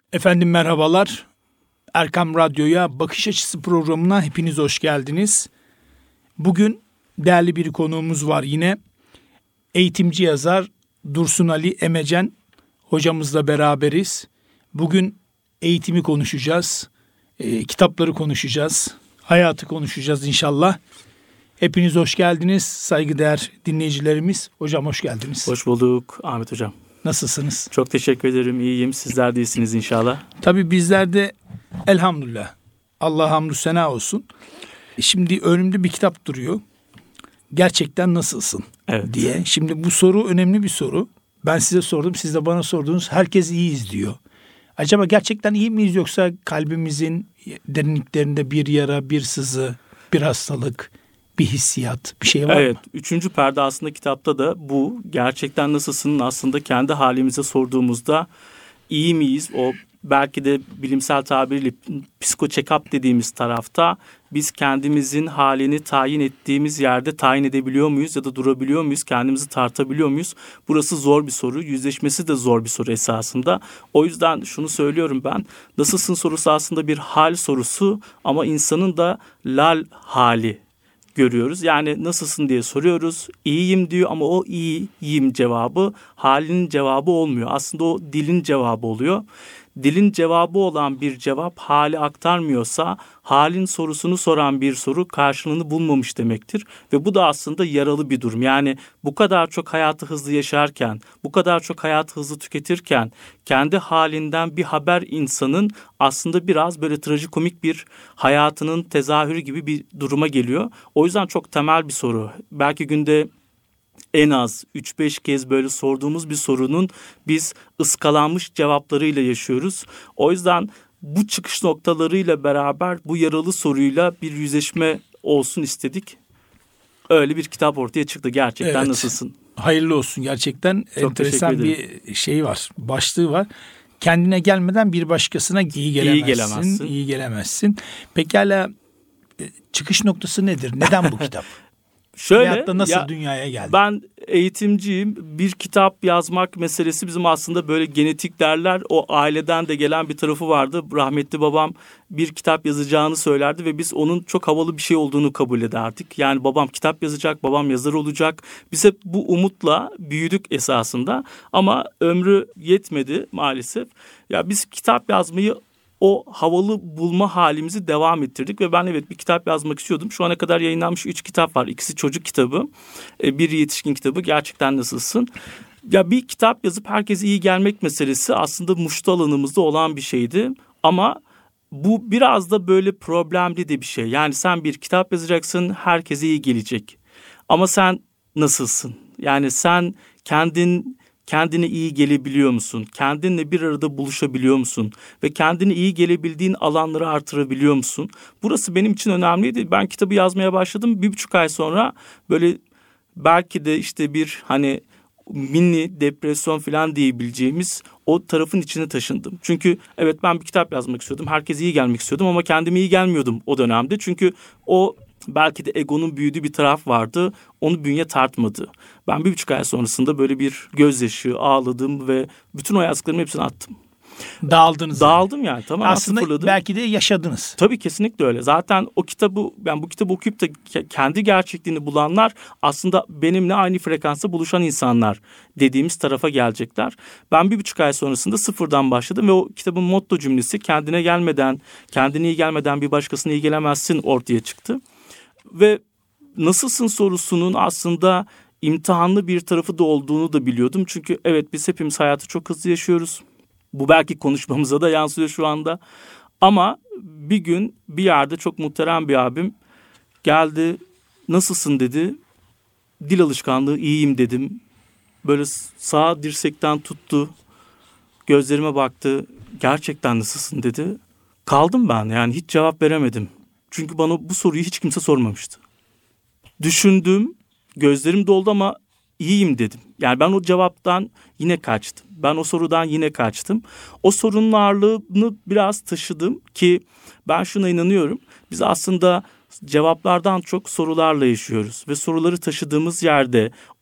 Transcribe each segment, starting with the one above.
Efendim merhabalar. Erkam Radyo'ya Bakış Açısı programına hepiniz hoş geldiniz. Bugün değerli bir konuğumuz var yine. Eğitimci yazar Dursun Ali Emecen hocamızla beraberiz. Bugün eğitimi konuşacağız. Kitapları konuşacağız. Hayatı konuşacağız inşallah. Hepiniz hoş geldiniz saygıdeğer dinleyicilerimiz. Hocam hoş geldiniz. Hoş bulduk Ahmet Hocam. Nasılsınız? Çok teşekkür ederim. İyiyim. Sizler de iyisiniz inşallah. Tabii bizler de elhamdülillah. Allah hamdü sena olsun. Şimdi önümde bir kitap duruyor. Gerçekten nasılsın diye. Şimdi bu soru önemli bir soru. Ben size sordum. Siz de bana sordunuz. Herkes iyiyiz diyor. Acaba gerçekten iyi miyiz yoksa kalbimizin derinliklerinde bir yara, bir sızı, bir hastalık, bir hissiyat, bir şey var mı? Evet. 3. perde aslında kitapta da bu gerçekten nasılsın aslında kendi halimize sorduğumuzda iyi miyiz? O belki de bilimsel tabiriyle psiko-check-up dediğimiz tarafta biz kendimizin halini tayin ettiğimiz yerde tayin edebiliyor muyuz ya da durabiliyor muyuz? Kendimizi tartabiliyor muyuz? Burası zor bir soru. Yüzleşmesi de zor bir soru esasında. O yüzden şunu söylüyorum ben. Nasılsın sorusu aslında bir hal sorusu ama insanın da lal hali görüyoruz. Yani nasılsın diye soruyoruz. İyiyim diyor ama o iyiyim cevabı halinin cevabı olmuyor. Aslında o dilin cevabı oluyor. Dilin cevabı olan bir cevap hali aktarmıyorsa halin sorusunu soran bir soru karşılığını bulmamış demektir. Ve bu da aslında yaralı bir durum. Yani bu kadar çok hayatı hızlı yaşarken, bu kadar çok hayatı hızlı tüketirken kendi halinden bir haber insanın aslında biraz böyle trajikomik bir hayatının tezahürü gibi bir duruma geliyor. O yüzden çok temel bir soru. Belki günde en az 3-5 kez böyle sorduğumuz bir sorunun biz ıskalanmış cevaplarıyla yaşıyoruz. O yüzden bu çıkış noktalarıyla beraber bu yaralı soruyla bir yüzleşme olsun istedik. Öyle bir kitap ortaya çıktı. Gerçekten nasılsın? Hayırlı olsun gerçekten. Çok enteresan bir şey var, başlığı var. Kendine gelmeden bir başkasına iyi gelemezsin. İyi gelemezsin. Pekala çıkış noktası nedir? Neden bu kitap? Şöyle, hayatta nasıl dünyaya geldi? Ben eğitimciyim. Bir kitap yazmak meselesi bizim aslında böyle genetik derler. O aileden de gelen bir tarafı vardı. Rahmetli babam bir kitap yazacağını söylerdi ve biz onun çok havalı bir şey olduğunu kabul ederdik. Yani babam kitap yazacak, babam yazar olacak. Biz hep bu umutla büyüdük esasında. Ama ömrü yetmedi maalesef. Ya biz kitap yazmayı o havalı bulma halimizi devam ettirdik ve ben evet bir kitap yazmak istiyordum. Şu ana kadar yayınlanmış 3 kitap var. İkisi çocuk kitabı, bir yetişkin kitabı. Gerçekten nasılsın? Ya bir kitap yazıp herkese iyi gelmek meselesi aslında muştu alanımızda olan bir şeydi. Ama bu biraz da böyle problemli de bir şey. Yani sen bir kitap yazacaksın, herkese iyi gelecek. Ama sen nasılsın? Yani sen kendine iyi gelebiliyor musun? Kendinle bir arada buluşabiliyor musun? Ve kendine iyi gelebildiğin alanları artırabiliyor musun? Burası benim için önemliydi. Ben kitabı yazmaya başladım. 1,5 ay sonra böyle belki de işte bir hani mini depresyon falan diyebileceğimiz o tarafın içine taşındım. Çünkü evet ben bir kitap yazmak istiyordum. Herkese iyi gelmek istiyordum ama kendime iyi gelmiyordum o dönemde. Çünkü o belki de egonun büyüdüğü bir taraf vardı. Onu bünye tartmadı. Ben 1,5 ay sonrasında böyle bir gözyaşı ağladım ve bütün o yazdıklarımı hepsini attım. Dağıldım yani tamamen aslında sıfırladım. Belki de yaşadınız. Tabii kesinlikle öyle. Zaten bu kitabı okuyup da kendi gerçekliğini bulanlar aslında benimle aynı frekansta buluşan insanlar dediğimiz tarafa gelecekler. Ben 1,5 ay sonrasında sıfırdan başladım ve o kitabın motto cümlesi kendine iyi gelmeden bir başkasına iyi gelemezsin ortaya çıktı. Ve nasılsın sorusunun aslında imtihanlı bir tarafı da olduğunu da biliyordum. Çünkü evet biz hepimiz hayatı çok hızlı yaşıyoruz. Bu belki konuşmamıza da yansıyor şu anda. Ama bir gün bir yerde çok muhterem bir abim geldi. Nasılsın dedi. Dil alışkanlığı iyiyim dedim. Böyle sağ dirsekten tuttu. Gözlerime baktı. Gerçekten nasılsın dedi. Kaldım ben yani hiç cevap veremedim. Çünkü bana bu soruyu hiç kimse sormamıştı. Düşündüm. Gözlerim doldu ama iyiyim dedim. Yani ben o cevaptan yine kaçtım. Ben o sorudan yine kaçtım. O sorunun ağırlığını biraz taşıdım ki ben şuna inanıyorum. Biz aslında cevaplardan çok sorularla yaşıyoruz. Ve soruları taşıdığımız yerde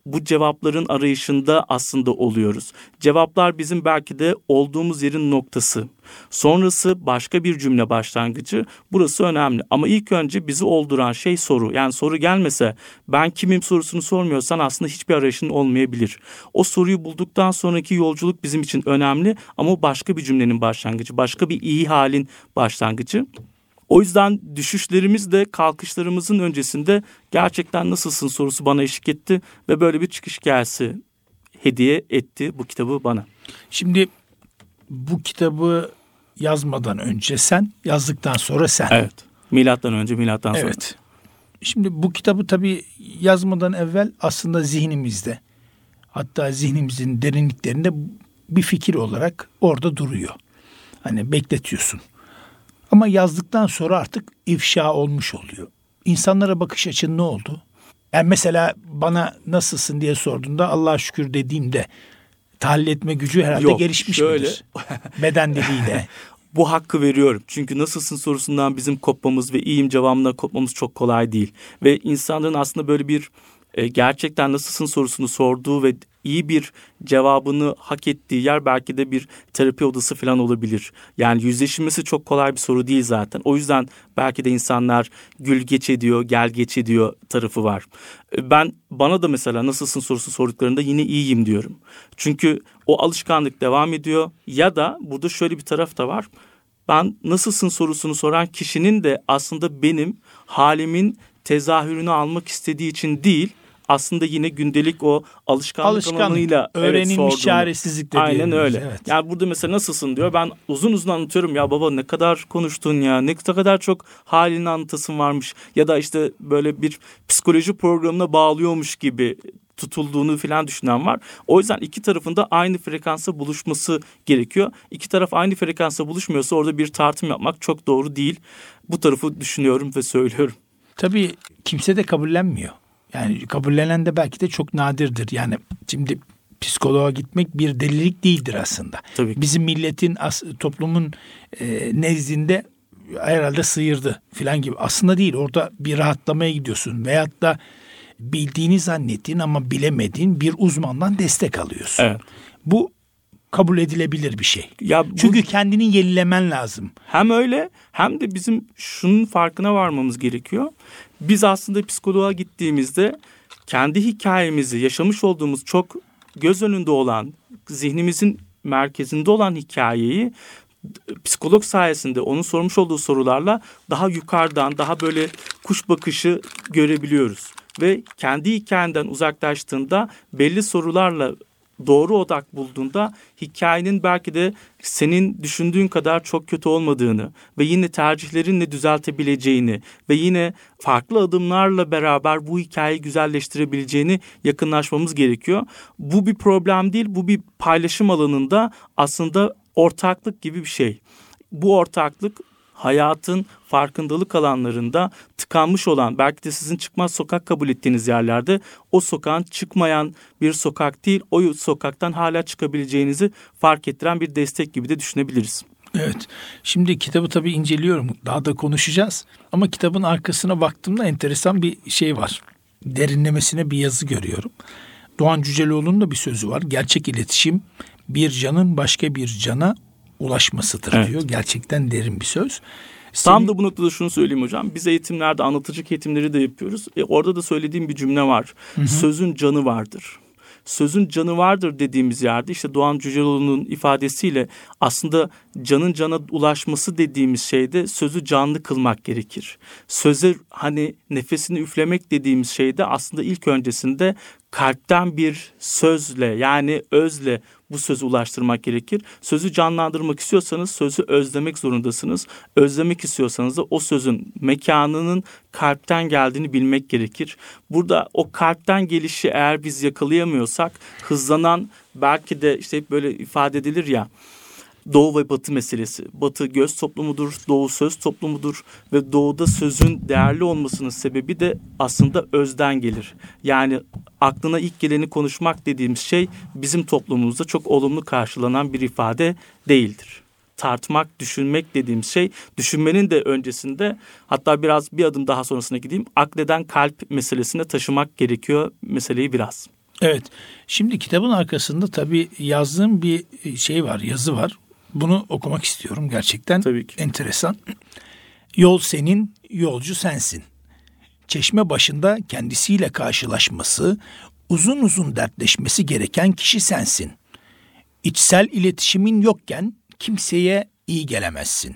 bu cevapların arayışında aslında oluyoruz. Cevaplar bizim belki de olduğumuz yerin noktası. Sonrası başka bir cümle başlangıcı. Burası önemli. Ama ilk önce bizi olduran şey soru. Yani soru gelmese, ben kimim sorusunu sormuyorsan aslında hiçbir arayışın olmayabilir. O soruyu bulduktan sonraki yolculuk bizim için önemli ama o başka bir cümlenin başlangıcı. Başka bir iyi halin başlangıcı. O yüzden düşüşlerimiz de kalkışlarımızın öncesinde gerçekten nasılsın sorusu bana eşlik etti ve böyle bir çıkış hikayesi hediye etti bu kitabı bana. Şimdi bu kitabı yazmadan önce sen, yazdıktan sonra sen. Evet. Milattan önce, milattan sonra. Evet. Şimdi bu kitabı tabii yazmadan evvel aslında zihnimizde, hatta zihnimizin derinliklerinde bir fikir olarak orada duruyor. Hani bekletiyorsun. Ama yazdıktan sonra artık ifşa olmuş oluyor. İnsanlara bakış açın ne oldu? Yani mesela bana nasılsın diye sorduğunda Allah'a şükür dediğimde tahlil etme gücü herhalde gelişmiş midir? Beden diliyle. Bu hakkı veriyorum. Çünkü nasılsın sorusundan bizim kopmamız ve iyiyim cevabına kopmamız çok kolay değil. Ve insanların aslında böyle bir gerçekten nasılsın sorusunu sorduğu ve iyi bir cevabını hak ettiği yer belki de bir terapi odası falan olabilir. Yani yüzleşilmesi çok kolay bir soru değil zaten. O yüzden belki de insanlar gül geç ediyor, gel geç ediyor tarafı var. Bana da mesela nasılsın sorusu sorduklarında yine iyiyim diyorum. Çünkü o alışkanlık devam ediyor ya da burada şöyle bir taraf da var. Ben nasılsın sorusunu soran kişinin de aslında benim halimin tezahürünü almak istediği için değil, aslında yine gündelik o alışkanlık alanıyla öğrenilmiş çaresizlik de aynen öyle. Evet. Yani burada mesela nasılsın diyor. Ben uzun uzun anlatıyorum. Ya baba ne kadar konuştun ya. Ne kadar çok halini anlatasın varmış. Ya da işte böyle bir psikoloji programına bağlıyormuş gibi tutulduğunu falan düşünen var. O yüzden iki tarafın da aynı frekansa buluşması gerekiyor. İki taraf aynı frekansa buluşmuyorsa orada bir tartım yapmak çok doğru değil. Bu tarafı düşünüyorum ve söylüyorum. Tabii kimse de kabullenmiyor. Yani kabullenen de belki de çok nadirdir. Yani şimdi psikoloğa gitmek bir delilik değildir aslında. Tabii ki. Bizim milletin, toplumun nezdinde herhalde sıyırdı falan gibi. Aslında değil. Orada bir rahatlamaya gidiyorsun. Veyahut da bildiğini zannettiğin ama bilemediğin bir uzmandan destek alıyorsun. Evet. Bu kabul edilebilir bir şey. Ya çünkü kendini yenilemen lazım. Hem öyle hem de bizim şunun farkına varmamız gerekiyor. Biz aslında psikoloğa gittiğimizde kendi hikayemizi, yaşamış olduğumuz çok göz önünde olan, zihnimizin merkezinde olan hikayeyi psikolog sayesinde onun sormuş olduğu sorularla daha yukarıdan, daha böyle kuş bakışı görebiliyoruz. Ve kendi hikayenden uzaklaştığında belli sorularla doğru odak bulduğunda hikayenin belki de senin düşündüğün kadar çok kötü olmadığını ve yine tercihlerinle düzeltebileceğini ve yine farklı adımlarla beraber bu hikayeyi güzelleştirebileceğini yakınlaşmamız gerekiyor. Bu bir problem değil, bu bir paylaşım alanında aslında ortaklık gibi bir şey. Bu ortaklık hayatın farkındalık alanlarında tıkanmış olan, belki de sizin çıkmaz sokak kabul ettiğiniz yerlerde o sokağın çıkmayan bir sokak değil, o sokaktan hala çıkabileceğinizi fark ettiren bir destek gibi de düşünebiliriz. Evet. Şimdi kitabı tabii inceliyorum. Daha da konuşacağız. Ama kitabın arkasına baktığımda enteresan bir şey var. Derinlemesine bir yazı görüyorum. Doğan Cüceloğlu'nun da bir sözü var. Gerçek iletişim bir canın başka bir cana ulaşmasıdır diyor. Gerçekten derin bir söz. Tam da bu noktada şunu söyleyeyim hocam. Biz eğitimlerde anlatıcılık eğitimleri de yapıyoruz. Orada da söylediğim bir cümle var. Sözün canı vardır. Sözün canı vardır dediğimiz yerde işte Doğan Cüceloğlu'nun ifadesiyle aslında canın cana ulaşması dediğimiz şeyde sözü canlı kılmak gerekir. Söze hani nefesini üflemek dediğimiz şeyde aslında ilk öncesinde kalpten bir sözle yani özle bu sözü ulaştırmak gerekir. Sözü canlandırmak istiyorsanız sözü özlemek zorundasınız. Özlemek istiyorsanız da o sözün mekanının kalpten geldiğini bilmek gerekir. Burada o kalpten gelişi eğer biz yakalayamıyorsak hızlanan belki de işte hep böyle ifade edilir ya Doğu ve Batı meselesi. Batı göz toplumudur, Doğu söz toplumudur ve Doğu'da sözün değerli olmasının sebebi de aslında özden gelir. Yani aklına ilk geleni konuşmak dediğimiz şey bizim toplumumuzda çok olumlu karşılanan bir ifade değildir. Tartmak, düşünmek dediğimiz şey, düşünmenin de öncesinde hatta biraz bir adım daha sonrasına gideyim. Akleden kalp meselesine taşımak gerekiyor meseleyi biraz. Evet. Şimdi kitabın arkasında tabii yazdığım bir şey var, yazı var. Bunu okumak istiyorum gerçekten. Tabii ki. Enteresan. Yol senin, yolcu sensin. Çeşme başında kendisiyle karşılaşması, uzun uzun dertleşmesi gereken kişi sensin. İçsel iletişimin yokken kimseye iyi gelemezsin.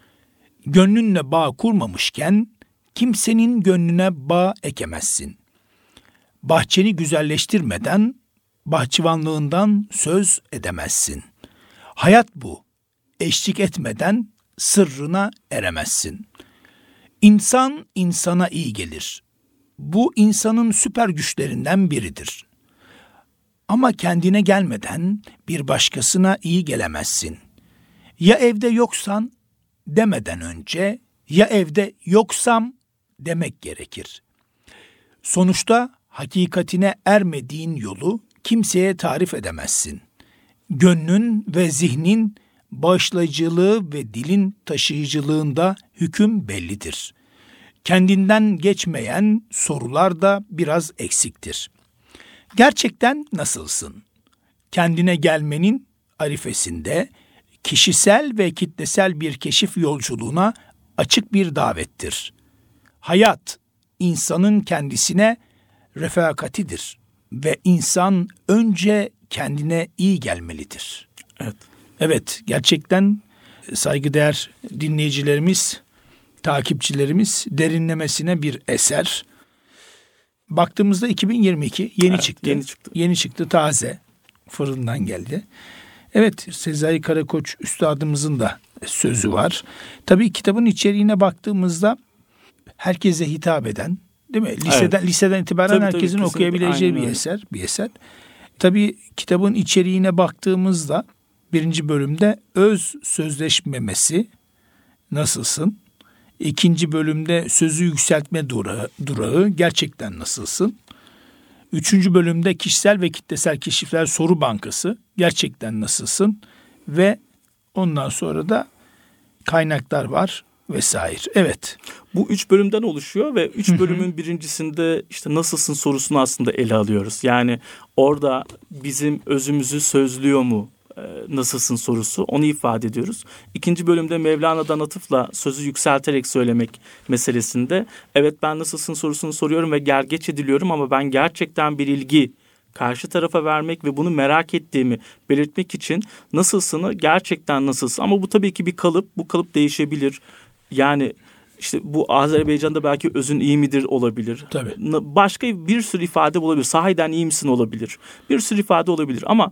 Gönlünle bağ kurmamışken kimsenin gönlüne bağ ekemezsin. Bahçeni güzelleştirmeden bahçıvanlığından söz edemezsin. Hayat bu. Eşlik etmeden sırrına eremezsin. İnsan insana iyi gelir. Bu insanın süper güçlerinden biridir. Ama kendine gelmeden bir başkasına iyi gelemezsin. Ya evde yoksan demeden önce ya evde yoksam demek gerekir. Sonuçta hakikatine ermediğin yolu kimseye tarif edemezsin. Gönlün ve zihnin bağışlayıcılığı ve dilin taşıyıcılığında hüküm bellidir. Kendinden geçmeyen sorular da biraz eksiktir. Gerçekten nasılsın? Kendine gelmenin arifesinde kişisel ve kitlesel bir keşif yolculuğuna açık bir davettir. Hayat, insanın kendisine refakatidir ve insan önce kendine iyi gelmelidir. Evet. Evet, gerçekten saygıdeğer dinleyicilerimiz, takipçilerimiz derinlemesine bir eser. Baktığımızda 2022 yeni çıktı. Yeni çıktı, taze. Fırından geldi. Evet, Sezai Karakoç üstadımızın da sözü var. Tabii kitabın içeriğine baktığımızda herkese hitap eden, değil mi? Liseden itibaren herkesin okuyabileceği bir eser. Tabii kitabın içeriğine baktığımızda 1. bölümde öz sözleşmemesi nasılsın? 2. bölümde sözü yükseltme durağı gerçekten nasılsın? 3. bölümde kişisel ve kitlesel keşifler soru bankası gerçekten nasılsın? Ve ondan sonra da kaynaklar var vesaire. Evet. Bu 3 bölümden oluşuyor ve 3 bölümün birincisinde işte nasılsın sorusunu aslında ele alıyoruz. Yani orada bizim özümüzü sözlüyor mu? Nasılsın sorusu, onu ifade ediyoruz. 2. bölümde Mevlana'dan atıfla sözü yükselterek söylemek meselesinde evet ben nasılsın sorusunu soruyorum ve gergeç ediliyorum ama ben gerçekten bir ilgi karşı tarafa vermek ve bunu merak ettiğimi belirtmek için nasılsını gerçekten nasılsın, ama bu tabii ki bir kalıp, bu kalıp değişebilir. Yani işte bu Azerbaycan'da belki özün iyi midir olabilir. Tabii. Başka bir sürü ifade olabilir. Sahiden iyi misin olabilir. Bir sürü ifade olabilir ama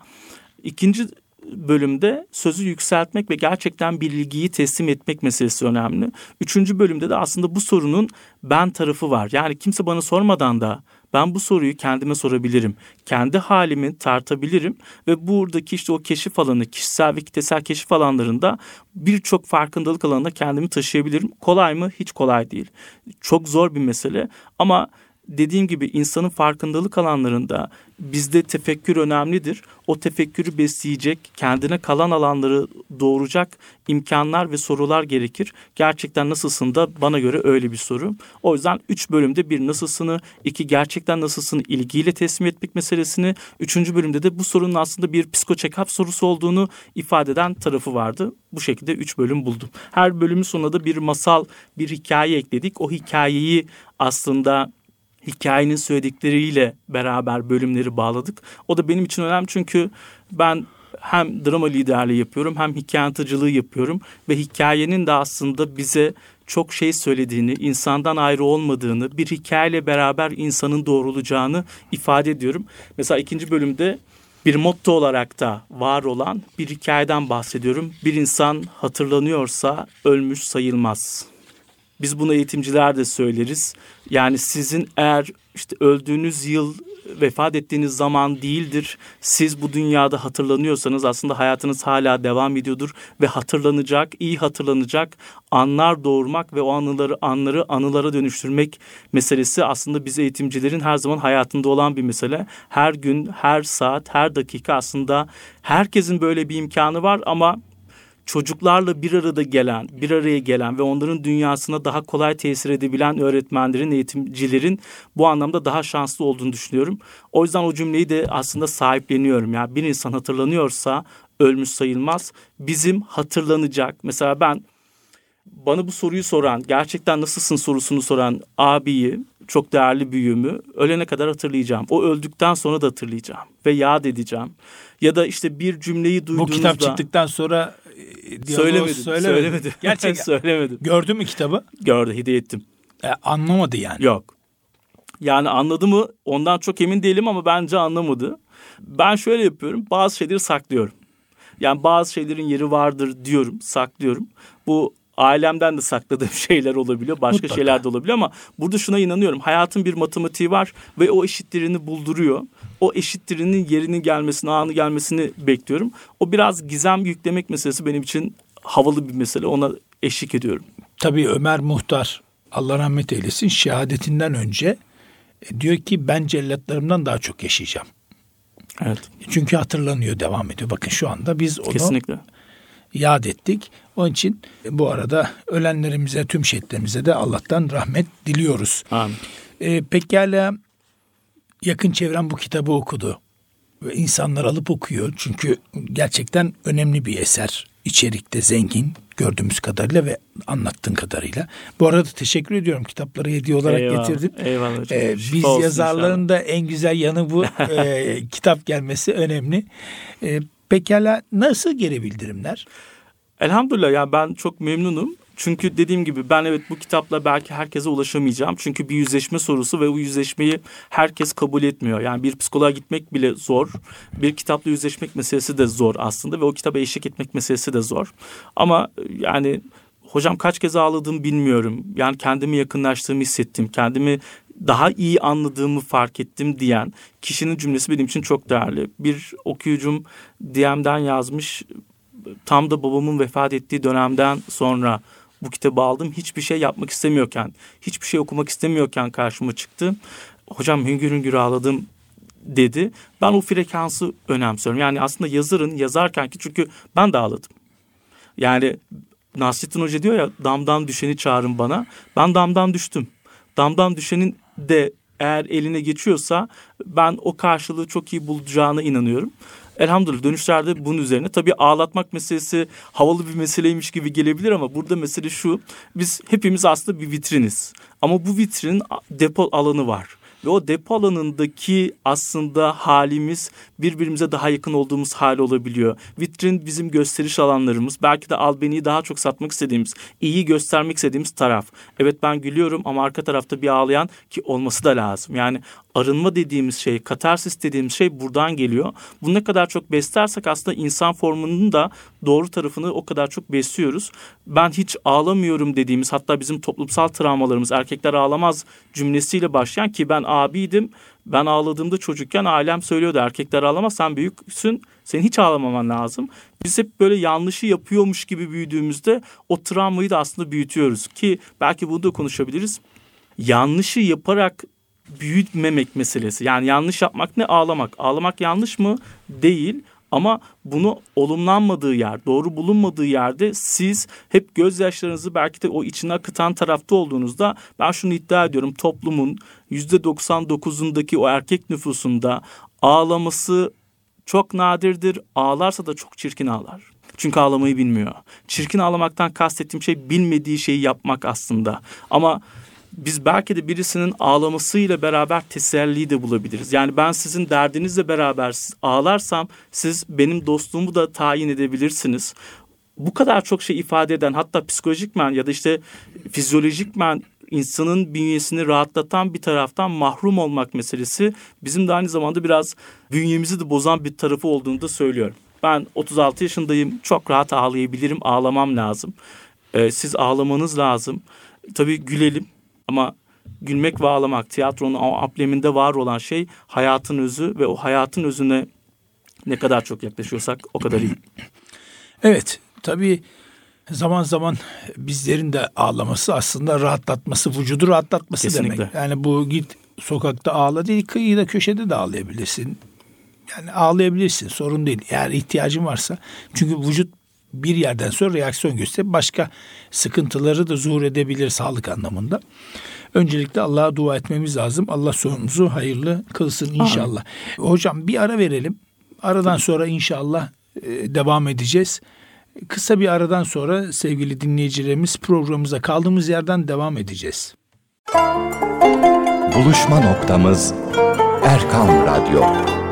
2. bölümde sözü yükseltmek ve gerçekten bir ilgiyi teslim etmek meselesi önemli. 3. bölümde de aslında bu sorunun ben tarafı var. Yani kimse bana sormadan da ben bu soruyu kendime sorabilirim. Kendi halimi tartabilirim ve buradaki işte o keşif alanı, kişisel ve kitlesel keşif alanlarında birçok farkındalık alanında kendimi taşıyabilirim. Kolay mı? Hiç kolay değil. Çok zor bir mesele ama dediğim gibi insanın farkındalık alanlarında bizde tefekkür önemlidir. O tefekkürü besleyecek, kendine kalan alanları doğuracak imkanlar ve sorular gerekir. Gerçekten nasılsın da bana göre öyle bir soru. O yüzden 3 bölümde bir nasılsını, 2 gerçekten nasılsını ilgiyle teslim etmek meselesini, 3. bölümde de bu sorunun aslında bir psiko-check-up sorusu olduğunu ifade eden tarafı vardı. Bu şekilde 3 bölüm buldum. Her bölümün sonunda da bir masal, bir hikaye ekledik. O hikayeyi aslında hikayenin söyledikleriyle beraber bölümleri bağladık. O da benim için önemli çünkü ben hem drama liderliği yapıyorum hem hikaye anlatıcılığı yapıyorum ve hikayenin de aslında bize çok şey söylediğini, insandan ayrı olmadığını, bir hikayeyle beraber insanın doğrulacağını ifade ediyorum. Mesela 2. bölümde bir motto olarak da var olan bir hikayeden bahsediyorum. Bir insan hatırlanıyorsa ölmüş sayılmaz. Biz bunu eğitimciler de söyleriz. Yani sizin eğer işte öldüğünüz yıl, vefat ettiğiniz zaman değildir. Siz bu dünyada hatırlanıyorsanız aslında hayatınız hala devam ediyordur ve hatırlanacak, iyi hatırlanacak anlar doğurmak ve o anları anılara dönüştürmek meselesi aslında biz eğitimcilerin her zaman hayatında olan bir mesele. Her gün, her saat, her dakika aslında herkesin böyle bir imkanı var ama çocuklarla bir araya gelen ve onların dünyasına daha kolay tesir edebilen öğretmenlerin, eğitimcilerin bu anlamda daha şanslı olduğunu düşünüyorum. O yüzden o cümleyi de aslında sahipleniyorum. Yani bir insan hatırlanıyorsa ölmüş sayılmaz. Bizim hatırlanacak. Mesela bana bu soruyu soran, gerçekten nasılsın sorusunu soran abiyi, çok değerli büyüğümü ölene kadar hatırlayacağım. O öldükten sonra da hatırlayacağım ve yad edeceğim. Ya da işte bir cümleyi duyduğunuzda... Bu kitap çıktıktan sonra söylemedim. Gerçekten söylemedim. Gördü mü kitabı? Gördü, hediye ettim. Anlamadı yani. Yok. Yani anladı mı ondan çok emin değilim ama bence anlamadı. Ben şöyle yapıyorum, bazı şeyleri saklıyorum. Yani bazı şeylerin yeri vardır diyorum, saklıyorum. Bu ailemden de sakladığım şeyler olabiliyor. Başka Mutlaka. şeyler de olabiliyor ama burada şuna inanıyorum. Hayatın bir matematiği var ve o eşitlerini bulduruyor. O eşitlerinin yerinin gelmesini, anı gelmesini bekliyorum. O biraz gizem yüklemek meselesi benim için havalı bir mesele. Ona eşlik ediyorum. Tabii Ömer Muhtar, Allah rahmet eylesin, şehadetinden önce diyor ki ben cellatlarımdan daha çok yaşayacağım. Evet. Çünkü hatırlanıyor, devam ediyor. Bakın şu anda biz onu kesinlikle yad ettik. Onun için bu arada ölenlerimize, tüm şehitlerimize de Allah'tan rahmet diliyoruz. Amin. Pekala, yakın çevrem bu kitabı okudu. Ve insanlar alıp okuyor. Çünkü gerçekten önemli bir eser. İçerikte zengin gördüğümüz kadarıyla ve anlattığın kadarıyla. Bu arada teşekkür ediyorum. Kitapları hediye olarak getirdim. Eyvallah. Biz yazarların da en güzel yanı bu. Kitap gelmesi önemli. Pekala, nasıl geri bildirimler? Elhamdülillah, yani ben çok memnunum. Çünkü dediğim gibi ben evet bu kitapla belki herkese ulaşamayacağım. Çünkü bir yüzleşme sorusu ve bu yüzleşmeyi herkes kabul etmiyor. Yani bir psikoloğa gitmek bile zor. Bir kitapla yüzleşmek meselesi de zor aslında ve o kitaba eşlik etmek meselesi de zor. Ama yani hocam kaç kez ağladığımı bilmiyorum. Yani kendimi yakınlaştığımı hissettim. Kendimi daha iyi anladığımı fark ettim diyen kişinin cümlesi benim için çok değerli. Bir okuyucum DM'den yazmış. Tam da babamın vefat ettiği dönemden sonra bu kitabı aldım. Hiçbir şey yapmak istemiyorken, hiçbir şey okumak istemiyorken karşıma çıktı. Hocam hüngür hüngür ağladım dedi. Ben o frekansı önemsiyorum. Yani aslında yazarın yazarken ki, çünkü ben de ağladım. Yani Nasrettin Hoca diyor ya, damdan düşeni çağırın bana. Ben damdan düştüm. Damdan düşenin de eğer eline geçiyorsa ben o karşılığı çok iyi bulacağına inanıyorum. Elhamdülillah dönüşlerde bunun üzerine. Tabii ağlatmak meselesi havalı bir meseleymiş gibi gelebilir ama burada mesele şu. Biz hepimiz aslında bir vitriniz. Ama bu vitrinin depo alanı var. Ve o depo alanındaki aslında halimiz birbirimize daha yakın olduğumuz hali olabiliyor. Vitrin bizim gösteriş alanlarımız. Belki de albeniyi daha çok satmak istediğimiz, iyi göstermek istediğimiz taraf. Evet ben gülüyorum ama arka tarafta bir ağlayan ki olması da lazım. Yani arınma dediğimiz şey, katarsis dediğimiz şey buradan geliyor. Bunu ne kadar çok beslersek aslında insan formunun da doğru tarafını o kadar çok besliyoruz. Ben hiç ağlamıyorum dediğimiz, hatta bizim toplumsal travmalarımız, erkekler ağlamaz cümlesiyle başlayan, ki ben abiydim. Ben ağladığımda çocukken ailem söylüyordu, erkekler ağlamaz, sen büyüksün, senin hiç ağlamaman lazım. Biz hep böyle yanlışı yapıyormuş gibi büyüdüğümüzde o travmayı da aslında büyütüyoruz ki belki bunu da konuşabiliriz. Yanlışı yaparak büyütmemek meselesi. Yani yanlış yapmak ne? Ağlamak. Ağlamak yanlış mı? Değil. Ama bunu olumlanmadığı yer, doğru bulunmadığı yerde siz hep gözyaşlarınızı belki de o içine akıtan tarafta olduğunuzda, ben şunu iddia ediyorum, toplumun %99'undaki o erkek nüfusunda ağlaması çok nadirdir. Ağlarsa da çok çirkin ağlar. Çünkü ağlamayı bilmiyor. Çirkin ağlamaktan kastettiğim şey bilmediği şeyi yapmak aslında. Ama biz belki de birisinin ağlamasıyla beraber teselliyi de bulabiliriz. Yani ben sizin derdinizle beraber ağlarsam siz benim dostluğumu da tayin edebilirsiniz. Bu kadar çok şey ifade eden, hatta psikolojikmen ya da işte fizyolojikmen insanın bünyesini rahatlatan bir taraftan mahrum olmak meselesi bizim de aynı zamanda biraz bünyemizi de bozan bir tarafı olduğunu da söylüyorum. Ben 36 yaşındayım, çok rahat ağlayabilirim, ağlamam lazım. Siz ağlamanız lazım. Tabii gülelim. Ama gülmek ve ağlamak, tiyatronun o ambleminde var olan şey hayatın özü ve o hayatın özüne ne kadar çok yaklaşıyorsak o kadar iyi. Evet, tabii zaman zaman bizlerin de ağlaması aslında rahatlatması, vücudu rahatlatması kesinlikle demek. Yani bu git sokakta ağla değil, kıyıda köşede de ağlayabilirsin. Yani ağlayabilirsin, sorun değil. Eğer ihtiyacın varsa. Çünkü vücut bir yerden sonra reaksiyon gösterip başka sıkıntıları da zuhur edebilir sağlık anlamında. Öncelikle Allah'a dua etmemiz lazım. Allah sonumuzu hayırlı kılsın inşallah. Hocam bir ara verelim. Aradan sonra inşallah devam edeceğiz. Kısa bir aradan sonra sevgili dinleyicilerimiz programımıza kaldığımız yerden devam edeceğiz. Buluşma noktamız Erkam Radyo.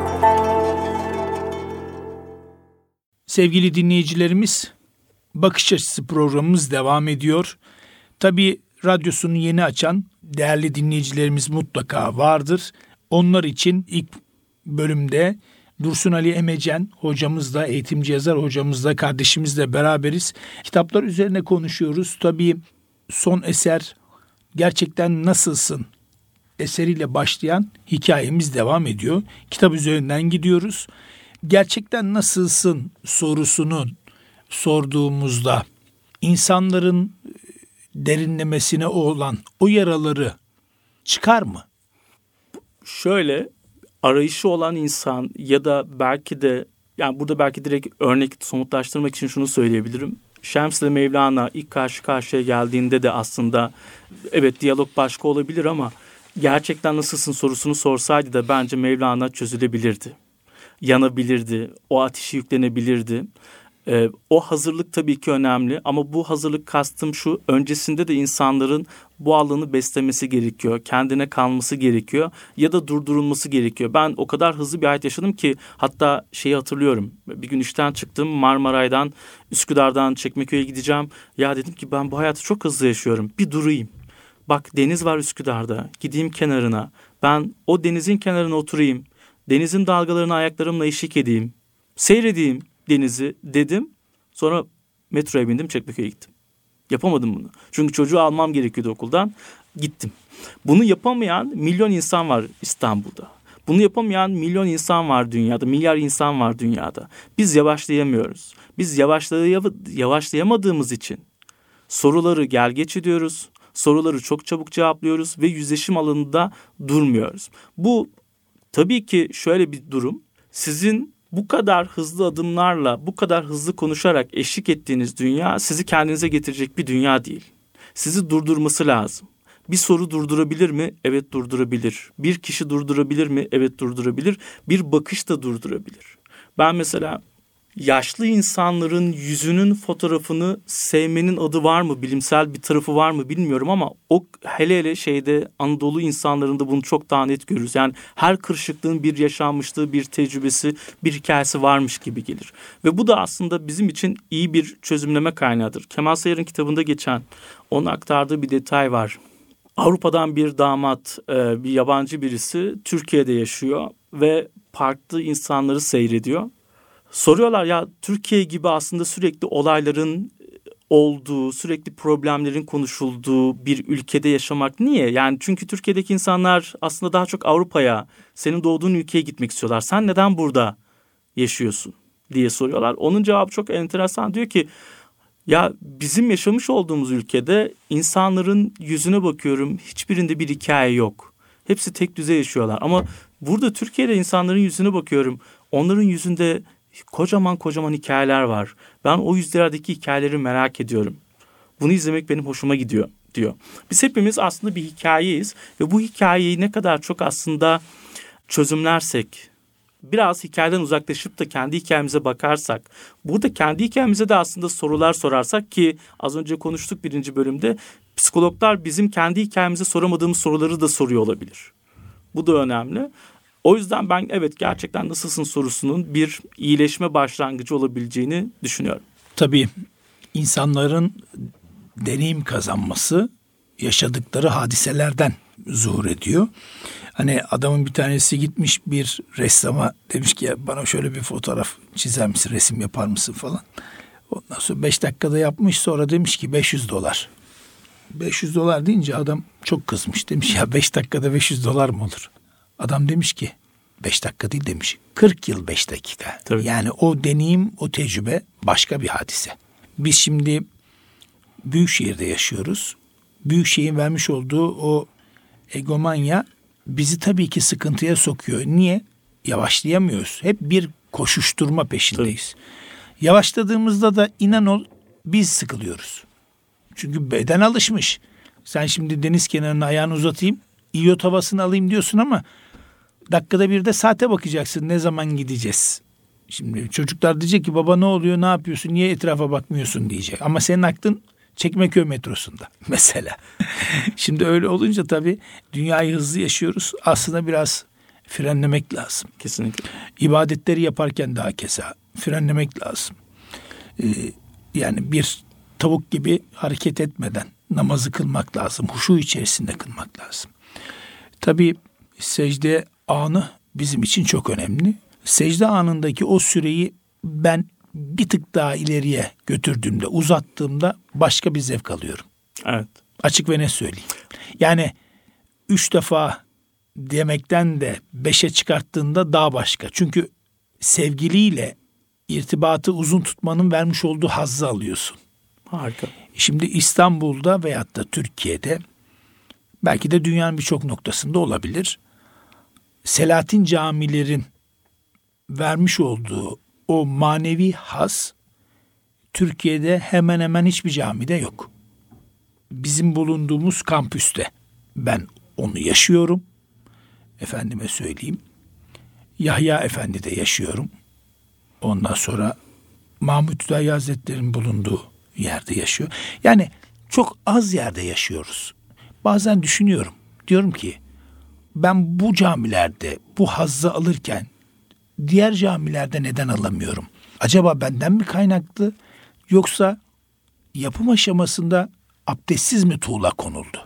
Sevgili dinleyicilerimiz, Bakış Açısı programımız devam ediyor. Tabii radyosunu yeni açan değerli dinleyicilerimiz mutlaka vardır. Onlar için ilk bölümde Dursun Ali Emecen hocamızla, eğitimci yazar hocamızla, kardeşimizle beraberiz. Kitaplar üzerine konuşuyoruz. Tabii son eser Gerçekten Nasılsın eseriyle başlayan hikayemiz devam ediyor. Kitap üzerinden gidiyoruz. Gerçekten nasılsın sorusunu sorduğumuzda insanların derinlemesine olan o yaraları çıkar mı? Şöyle, arayışı olan insan ya da belki de, yani burada belki direkt örnek somutlaştırmak için şunu söyleyebilirim. Şems ile Mevlana ilk karşı karşıya geldiğinde de aslında evet diyalog başka olabilir ama gerçekten nasılsın sorusunu sorsaydı da bence Mevlana çözülebilirdi. Yanabilirdi, o ateşi yüklenebilirdi. O hazırlık tabii ki önemli ama bu hazırlık kastım şu: öncesinde de insanların bu alanı beslemesi gerekiyor, kendine kalması gerekiyor ya da durdurulması gerekiyor. Ben o kadar hızlı bir hayat yaşadım ki hatta şeyi hatırlıyorum, bir gün işten çıktım, Marmaray'dan Üsküdar'dan Çekmeköy'e gideceğim. Ya dedim ki ben bu hayatı çok hızlı yaşıyorum, bir durayım. Bak deniz var Üsküdar'da, gideyim kenarına, ben o denizin kenarına oturayım, denizin dalgalarına ayaklarımla eşlik edeyim, seyredeyim denizi dedim. Sonra metroya bindim, Çekmeköy'e gittim. Yapamadım bunu. Çünkü çocuğu almam gerekiyordu okuldan. Gittim. Bunu yapamayan milyon insan var İstanbul'da. Bunu yapamayan milyon insan var dünyada. Milyar insan var dünyada. Biz yavaşlayamıyoruz. Biz yavaşlayamadığımız için soruları gel geç ediyoruz. Soruları çok çabuk cevaplıyoruz ve yüzleşim alanında durmuyoruz. Bu tabii ki şöyle bir durum. Sizin bu kadar hızlı adımlarla, bu kadar hızlı konuşarak eşlik ettiğiniz dünya sizi kendinize getirecek bir dünya değil. Sizi durdurması lazım. Bir soru durdurabilir mi? Evet durdurabilir. Bir kişi durdurabilir mi? Evet durdurabilir. Bir bakış da durdurabilir. Ben mesela yaşlı insanların yüzünün fotoğrafını sevmenin adı var mı? Bilimsel bir tarafı var mı bilmiyorum ama o hele şeyde Anadolu insanlarında bunu çok daha net görürüz. Yani her kırışıklığın bir yaşanmışlığı, bir tecrübesi, bir hikayesi varmış gibi gelir. Ve bu da aslında bizim için iyi bir çözümleme kaynağıdır. Kemal Sayar'ın kitabında geçen, onun aktardığı bir detay var. Avrupa'dan bir damat, bir yabancı birisi Türkiye'de yaşıyor ve farklı insanları seyrediyor. Soruyorlar ya, Türkiye gibi aslında sürekli olayların olduğu, sürekli problemlerin konuşulduğu bir ülkede yaşamak niye? Yani çünkü Türkiye'deki insanlar aslında daha çok Avrupa'ya, senin doğduğun ülkeye gitmek istiyorlar. Sen neden burada yaşıyorsun diye soruyorlar. Onun cevabı çok enteresan, diyor ki ya bizim yaşamış olduğumuz ülkede insanların yüzüne bakıyorum, hiçbirinde bir hikaye yok. Hepsi tek düze yaşıyorlar ama burada Türkiye'de insanların yüzüne bakıyorum, onların yüzünde kocaman kocaman hikayeler var. Ben o yüzlerdeki hikayeleri merak ediyorum. Bunu izlemek benim hoşuma gidiyor diyor. Biz hepimiz aslında bir hikayeyiz ve bu hikayeyi ne kadar çok aslında çözümlersek, biraz hikayeden uzaklaşıp da kendi hikayemize bakarsak, burada kendi hikayemize de aslında sorular sorarsak, ki az önce konuştuk birinci bölümde, psikologlar bizim kendi hikayemize soramadığımız soruları da soruyor olabilir. Bu da önemli. O yüzden ben evet gerçekten nasılsın sorusunun bir iyileşme başlangıcı olabileceğini düşünüyorum. Tabii insanların deneyim kazanması yaşadıkları hadiselerden zuhur ediyor. Hani adamın bir tanesi gitmiş bir ressama, demiş ki ya bana şöyle bir fotoğraf çizer misin, resim yapar mısın falan. Ondan sonra 5 dakikada yapmış, sonra demiş ki $500. $500 deyince adam çok kızmış, demiş ya 5 dakikada $500 mı olur? Adam demiş ki 5 dakika değil demiş, 40 yıl 5 dakika. Tabii. Yani o deneyim, o tecrübe başka bir hadise. Biz şimdi Büyükşehir'de yaşıyoruz. Büyükşehir'in vermiş olduğu o egomanya bizi tabii ki sıkıntıya sokuyor. Niye? Yavaşlayamıyoruz. Hep bir koşuşturma peşindeyiz. Yavaşladığımızda da inan ol biz sıkılıyoruz. Çünkü beden alışmış. Sen şimdi deniz kenarına ayağını uzatayım, iyot havasını alayım diyorsun ama dakikada bir de saate bakacaksın, ne zaman gideceğiz. Şimdi çocuklar diyecek ki baba ne oluyor, ne yapıyorsun, niye etrafa bakmıyorsun diyecek. Ama senin aklın Çekmeköy metrosunda mesela. Şimdi öyle olunca tabii dünyayı hızlı yaşıyoruz. Aslında biraz frenlemek lazım. Kesinlikle. İbadetleri yaparken daha keza frenlemek lazım. Yani bir tavuk gibi hareket etmeden namazı kılmak lazım. Huşu içerisinde kılmak lazım. Tabii secde anı bizim için çok önemli. Secde anındaki o süreyi ben bir tık daha ileriye götürdüğümde, uzattığımda başka bir zevk alıyorum. Evet. Açık ve net söyleyeyim. Yani 3 defa demekten de 5'e çıkarttığında daha başka. Çünkü sevgiliyle irtibatı uzun tutmanın vermiş olduğu hazzı alıyorsun. Harika. Şimdi İstanbul'da veyahut da Türkiye'de, belki de dünyanın birçok noktasında olabilir, Selahattin camilerin vermiş olduğu o manevi haz Türkiye'de hemen hemen hiçbir camide yok. Bizim bulunduğumuz kampüste ben onu yaşıyorum. Efendime söyleyeyim, Yahya Efendi'de yaşıyorum. Ondan sonra Mahmud Hüdayi Hazretleri'nin bulunduğu yerde yaşıyor. Yani çok az yerde yaşıyoruz. Bazen düşünüyorum. Diyorum ki ben bu camilerde bu hazzı alırken diğer camilerde neden alamıyorum? Acaba benden mi kaynaklı, yoksa yapım aşamasında abdestsiz mi tuğla konuldu?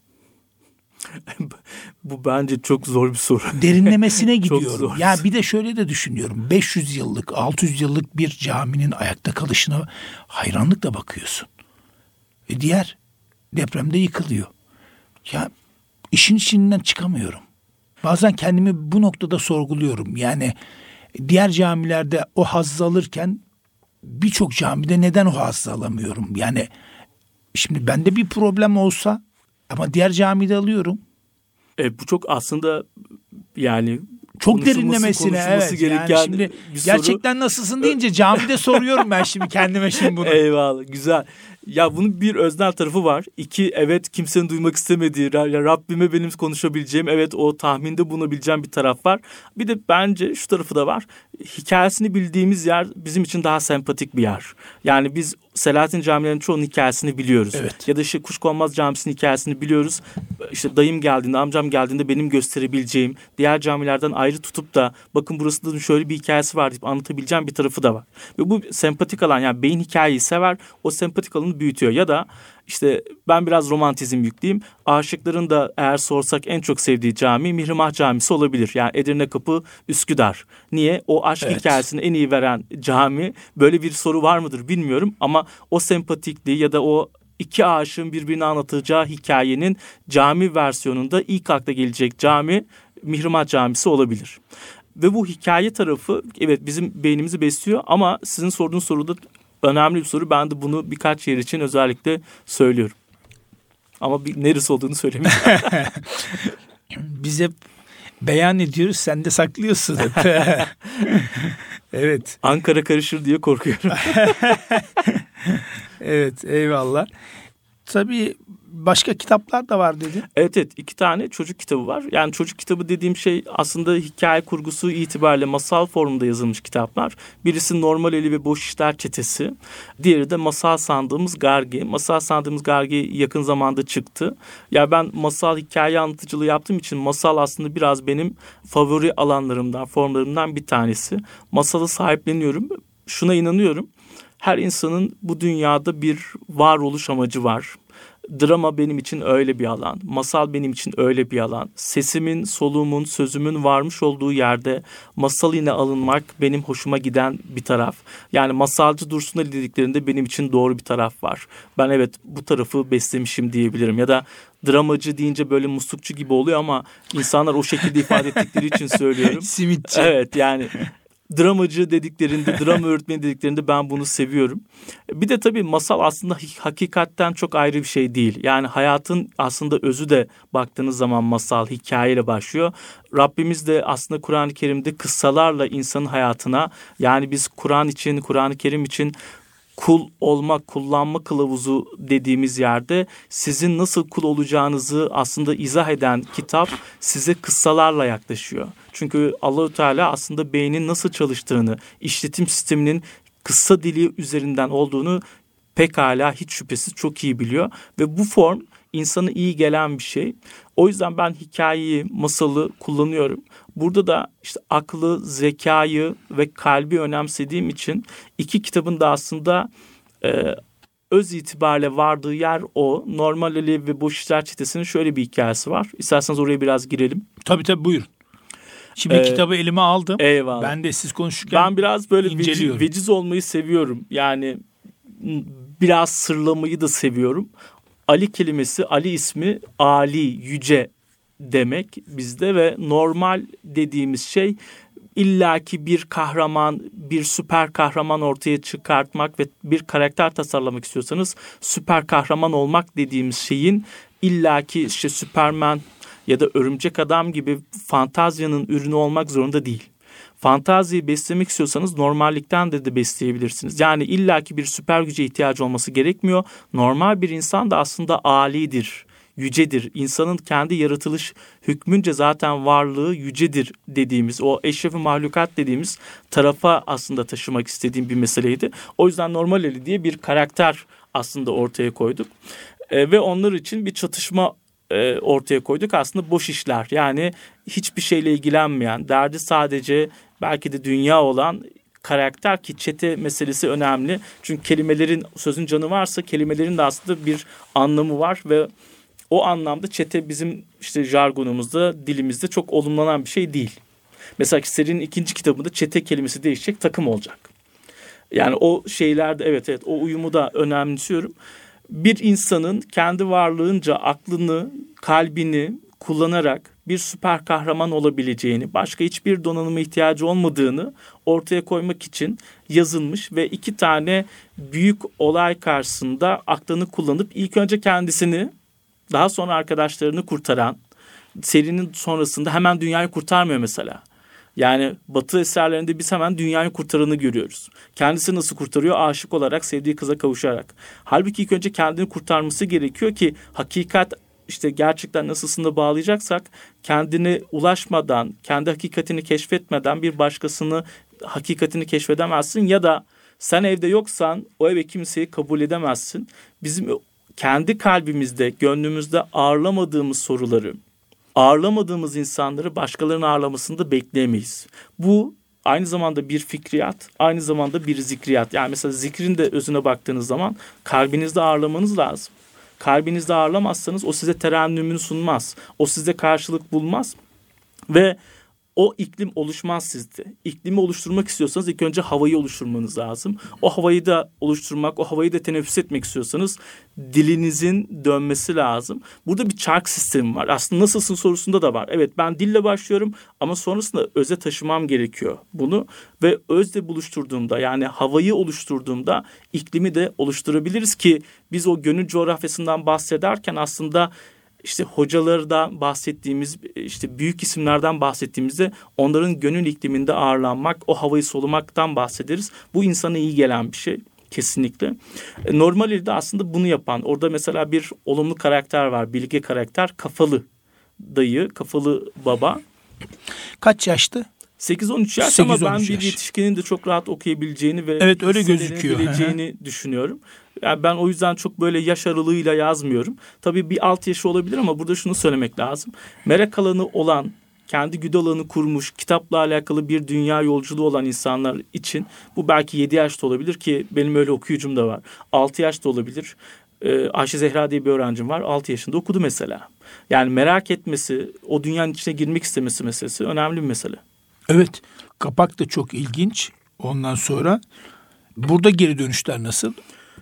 Bu bence çok zor bir soru. Derinlemesine Çok gidiyorum. zor. Ya bir de şöyle de düşünüyorum. 500 yıllık, 600 yıllık bir caminin ayakta kalışına hayranlıkla bakıyorsun. Diğer depremde yıkılıyor. Ya işin içinden çıkamıyorum. Bazen kendimi bu noktada sorguluyorum. Yani diğer camilerde o hazzı alırken birçok camide neden o hazzı alamıyorum? Yani şimdi bende bir problem olsa ama diğer camide alıyorum. Bu çok aslında yani çok derinlemesine, evet. gereken Yani şimdi bir soru. Gerçekten nasılsın deyince camide soruyorum ben şimdi kendime şimdi bunu. Eyvallah, güzel. Ya bunun bir öznel tarafı var. 2, evet, kimsenin duymak istemediği, Rabbime benim konuşabileceğim, evet, o tahminde bulunabileceğim bir taraf var. Bir de bence şu tarafı da var. Hikayesini bildiğimiz yer bizim için daha sempatik bir yer. Yani biz Selahattin camilerinin çoğunun hikayesini biliyoruz. Evet. Ya da işte Kuşkonmaz Camisi'nin hikayesini biliyoruz. İşte dayım geldiğinde, amcam geldiğinde benim gösterebileceğim, diğer camilerden ayrı tutup da bakın burası da şöyle bir hikayesi var deyip anlatabileceğim bir tarafı da var. Ve bu sempatik alan, yani beyin hikayeyi sever, o sempatik alanı büyütüyor. Ya da işte ben biraz romantizm yükleyeyim. Aşıkların da eğer sorsak en çok sevdiği cami Mihrimah Camisi olabilir. Yani Edirne Kapı, Üsküdar. Niye? O aşk hikayesini en iyi veren cami. Böyle bir soru var mıdır bilmiyorum ama o sempatikliği ya da o iki aşığın birbirini anlatacağı hikayenin cami versiyonunda ilk akla gelecek cami Mihrimah Camisi olabilir. Ve bu hikaye tarafı evet bizim beynimizi besliyor ama sizin sorduğunuz soruda önemli bir soru. Ben de bunu birkaç yer için özellikle söylüyorum. Ama neresi olduğunu söylemeyeceğim. Biz hep beyan ediyoruz, sen de saklıyorsun hep. Evet. Ankara karışır diye korkuyorum. Evet, eyvallah. Tabii başka kitaplar da var dedi. Evet, 2 tane çocuk kitabı var. Yani çocuk kitabı dediğim şey aslında hikaye kurgusu itibariyle masal formunda yazılmış kitaplar. Birisi Normal Eli ve Boş İşler Çetesi. Diğeri de Masal Sandığımız Gargi. Masal Sandığımız Gargi yakın zamanda çıktı. Ya ben masal hikaye anlatıcılığı yaptığım için masal aslında biraz benim favori alanlarımdan, formlarımdan bir tanesi. Masalı sahipleniyorum. Şuna inanıyorum. Her insanın bu dünyada bir varoluş amacı var. Drama benim için öyle bir alan. Masal benim için öyle bir alan. Sesimin, soluğumun, sözümün varmış olduğu yerde masal yine alınmak benim hoşuma giden bir taraf. Yani masalcı Dursun Ali dediklerinde benim için doğru bir taraf var. Ben evet bu tarafı beslemişim diyebilirim. Ya da dramacı deyince böyle muslukçu gibi oluyor ama insanlar o şekilde ifade ettikleri için söylüyorum. Simitçi. Evet, yani dramacı dediklerinde, drama öğretmeni dediklerinde ben bunu seviyorum. Bir de tabii masal aslında hakikatten çok ayrı bir şey değil. Yani hayatın aslında özü de baktığınız zaman masal, hikayeyle başlıyor. Rabbimiz de aslında Kur'an-ı Kerim'de kıssalarla insanın hayatına, yani biz Kur'an için, Kur'an-ı Kerim için kul olma, kullanma kılavuzu dediğimiz yerde sizin nasıl kul olacağınızı aslında izah eden kitap size kıssalarla yaklaşıyor. Çünkü Allahu Teala aslında beynin nasıl çalıştığını, işletim sisteminin kıssa dili üzerinden olduğunu pekala hiç şüphesiz çok iyi biliyor. Ve bu form insana iyi gelen bir şey. O yüzden ben hikayeyi, masalı kullanıyorum. Burada da işte aklı, zekayı ve kalbi önemsediğim için iki kitabın da aslında öz itibariyle vardığı yer o. Normal Ali ve Boş İşler Çetesi'nin şöyle bir hikayesi var. İsterseniz oraya biraz girelim. Tabii buyurun. Şimdi kitabı elime aldım. Eyvallah. Ben de siz konuşurken ben biraz böyle veciz olmayı seviyorum. Yani biraz sırlamayı da seviyorum. Ali kelimesi, Ali ismi Ali, yüce demek bizde ve normal dediğimiz şey illaki bir kahraman, bir süper kahraman ortaya çıkartmak ve bir karakter tasarlamak istiyorsanız süper kahraman olmak dediğimiz şeyin illaki işte Süperman ya da Örümcek Adam gibi fantazyanın ürünü olmak zorunda değil. Fantaziyi beslemek istiyorsanız normallikten de besleyebilirsiniz. Yani illaki bir süper güce ihtiyacı olması gerekmiyor. Normal bir insan da aslında âlidir, yücedir. İnsanın kendi yaratılış hükmünce zaten varlığı yücedir dediğimiz, o eşref-i mahlukat dediğimiz tarafa aslında taşımak istediğim bir meseleydi. O yüzden Normal Ali diye bir karakter aslında ortaya koyduk. Ve onlar için bir çatışma ortaya koyduk. Aslında boş işler, yani hiçbir şeyle ilgilenmeyen, derdi sadece belki de dünya olan karakter ki çete meselesi önemli. Çünkü kelimelerin, sözün canı varsa kelimelerin de aslında bir anlamı var ve o anlamda çete bizim işte jargonumuzda, dilimizde çok olumlanan bir şey değil. Mesela serinin ikinci kitabında çete kelimesi değişecek, takım olacak. Yani o şeylerde evet o uyumu da önemsiyorum. Bir insanın kendi varlığınca aklını, kalbini kullanarak bir süper kahraman olabileceğini, başka hiçbir donanıma ihtiyacı olmadığını ortaya koymak için yazılmış ve iki tane büyük olay karşısında aklını kullanıp ilk önce kendisini, daha sonra arkadaşlarını kurtaran, serinin sonrasında hemen dünyayı kurtarmıyor mesela. Yani Batı eserlerinde biz hemen dünyayı kurtaranı görüyoruz. Kendisi nasıl kurtarıyor? Aşık olarak, sevdiği kıza kavuşarak. Halbuki ilk önce kendini kurtarması gerekiyor ki hakikat işte gerçekten nasılsını bağlayacaksak kendine ulaşmadan, kendi hakikatini keşfetmeden bir başkasını hakikatini keşfedemezsin ya da sen evde yoksan o eve kimseyi kabul edemezsin. Bizim kendi kalbimizde, gönlümüzde ağırlamadığımız soruları, ağırlamadığımız insanları başkalarının ağırlamasını da bekleyemeyiz. Bu aynı zamanda bir fikriyat, aynı zamanda bir zikriyat. Yani mesela zikrin de özüne baktığınız zaman kalbinizde ağırlamanız lazım. Kalbinizde ağırlamazsanız o size terennümünü sunmaz. O size karşılık bulmaz ve o iklim oluşmaz sizde. İklimi oluşturmak istiyorsanız ilk önce havayı oluşturmanız lazım. O havayı da oluşturmak, o havayı da teneffüs etmek istiyorsanız dilinizin dönmesi lazım. Burada bir çark sistemi var. Aslında nasılsın sorusunda da var. Evet, ben dille başlıyorum ama sonrasında öze taşımam gerekiyor bunu. Ve özle buluşturduğumda, yani havayı oluşturduğumda iklimi de oluşturabiliriz ki biz o gönül coğrafyasından bahsederken aslında İşte hocalardan bahsettiğimiz, işte büyük isimlerden bahsettiğimizde onların gönül ikliminde ağırlanmak, o havayı solumaktan bahsederiz. Bu insana iyi gelen bir şey kesinlikle. Normal Ali de aslında bunu yapan. Orada mesela bir olumlu karakter var, bilge karakter, kafalı dayı, kafalı baba. Kaç yaştı? 8-13 yaş ama ben bir yetişkinin de çok rahat okuyabileceğini ve evet, öyle gözüküyor düşünüyorum. Yani ben o yüzden çok böyle yaş aralığıyla yazmıyorum. Tabii bir alt yaşı olabilir ama burada şunu söylemek lazım. Merak alanı olan, kendi güdü alanı kurmuş, kitapla alakalı bir dünya yolculuğu olan insanlar için bu belki 7 yaşta olabilir ki benim öyle okuyucum da var. 6 yaşta olabilir. Ayşe Zehra diye bir öğrencim var. 6 yaşında okudu mesela. Yani merak etmesi, o dünyanın içine girmek istemesi meselesi önemli bir mesele. Evet, kapak da çok ilginç. Ondan sonra burada geri dönüşler nasıl?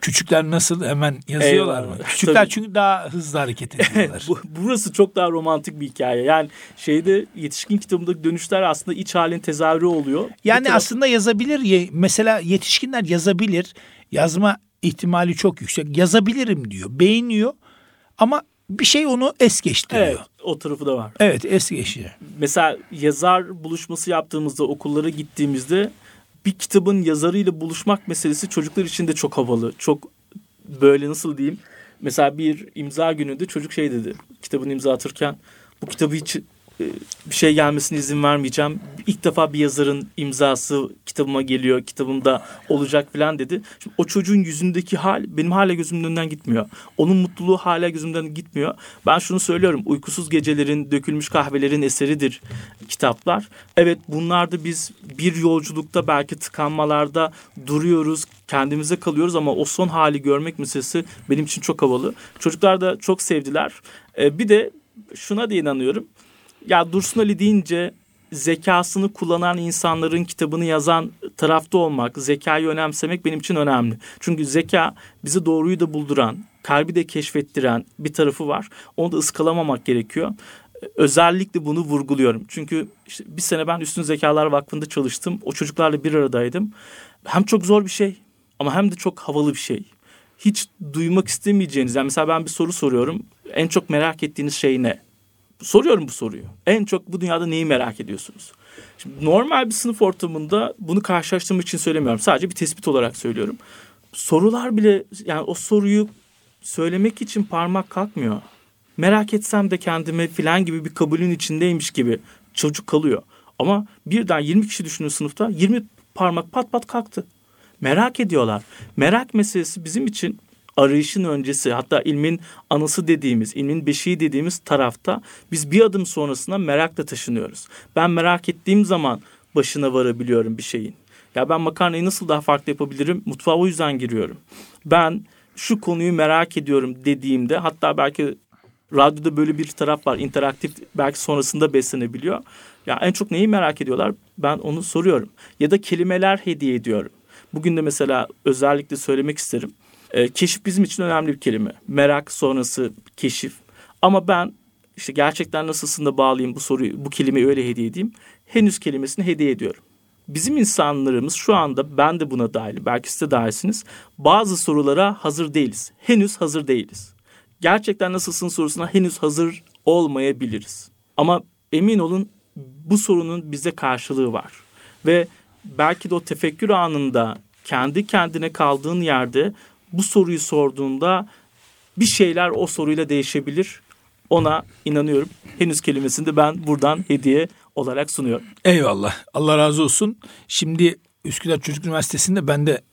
Küçükler nasıl hemen yazıyorlar mı? Küçükler tabii. çünkü daha hızlı hareket ediyorlar. Burası çok daha romantik bir hikaye. Yani yetişkin kitabındaki dönüşler aslında iç halin tezahürü oluyor. Yani aslında yazabilir. Mesela yetişkinler yazabilir. Yazma ihtimali çok yüksek. Yazabilirim diyor. Beğeniyor ama bir şey onu es geçtiriyor. Evet, o tarafı da var. Evet, es geçiyor. Mesela yazar buluşması yaptığımızda, okullara gittiğimizde bir kitabın yazarıyla buluşmak meselesi çocuklar için de çok havalı. Çok böyle nasıl diyeyim? Mesela bir imza gününde çocuk şey dedi. Kitabını imza atırken bu kitabı hiç bir şey gelmesine izin vermeyeceğim. İlk defa bir yazarın imzası kitabıma geliyor. Kitabımda olacak falan dedi. Şimdi o çocuğun yüzündeki hal benim hala gözümün önünden gitmiyor. Onun mutluluğu hala gözümden gitmiyor. Ben şunu söylüyorum. Uykusuz gecelerin, dökülmüş kahvelerin eseridir kitaplar. Evet, bunlarda biz bir yolculukta belki tıkanmalarda duruyoruz. Kendimize kalıyoruz ama o son hali görmek meselesi benim için çok havalı. Çocuklar da çok sevdiler. Bir de şuna da inanıyorum. Ya Dursun Ali deyince zekasını kullanan insanların kitabını yazan tarafta olmak, zekayı önemsemek benim için önemli. Çünkü zeka bizi doğruyu da bulduran, kalbi de keşfettiren bir tarafı var. Onu da ıskalamamak gerekiyor. Özellikle bunu vurguluyorum. Çünkü işte bir sene ben Üstün Zekalar Vakfı'nda çalıştım. O çocuklarla bir aradaydım. Hem çok zor bir şey ama hem de çok havalı bir şey. Hiç duymak istemeyeceğiniz. Yani mesela ben bir soru soruyorum. En çok merak ettiğiniz şey ne? Soruyorum bu soruyu. En çok bu dünyada neyi merak ediyorsunuz? Şimdi normal bir sınıf ortamında bunu karşılaştırmak için söylemiyorum. Sadece bir tespit olarak söylüyorum. Sorular bile, yani o soruyu söylemek için parmak kalkmıyor. Merak etsem de kendime filan gibi bir kabulün içindeymiş gibi çocuk kalıyor. Ama birden 20 kişi düşünün sınıfta, 20 parmak pat pat kalktı. Merak ediyorlar. Merak meselesi bizim için arayışın öncesi, hatta ilmin anası dediğimiz, ilmin beşiği dediğimiz tarafta biz bir adım sonrasına merakla taşınıyoruz. Ben merak ettiğim zaman başına varabiliyorum bir şeyin. Ya ben makarnayı nasıl daha farklı yapabilirim? Mutfağa o yüzden giriyorum. Ben şu konuyu merak ediyorum dediğimde, hatta belki radyoda böyle bir taraf var, interaktif, belki sonrasında beslenebiliyor. Ya en çok neyi merak ediyorlar? Ben onu soruyorum. Ya da kelimeler hediye ediyorum. Bugün de mesela özellikle söylemek isterim. Keşif bizim için önemli bir kelime. Merak sonrası keşif. Ama ben işte gerçekten nasılsın da bağlayayım bu soruyu, bu kelimeyi öyle hediye edeyim. Henüz kelimesini hediye ediyorum. Bizim insanlarımız şu anda, ben de buna dahil, belki siz de dahilsiniz, bazı sorulara hazır değiliz. Henüz hazır değiliz. Gerçekten nasılsın sorusuna henüz hazır olmayabiliriz. Ama emin olun bu sorunun bize karşılığı var. Ve belki de o tefekkür anında kendi kendine kaldığın yerde bu soruyu sorduğunda bir şeyler o soruyla değişebilir. Ona inanıyorum. Henüz kelimesini de ben buradan hediye olarak sunuyorum. Eyvallah. Allah razı olsun. Şimdi Üsküdar Çocuk Üniversitesi'nde ben de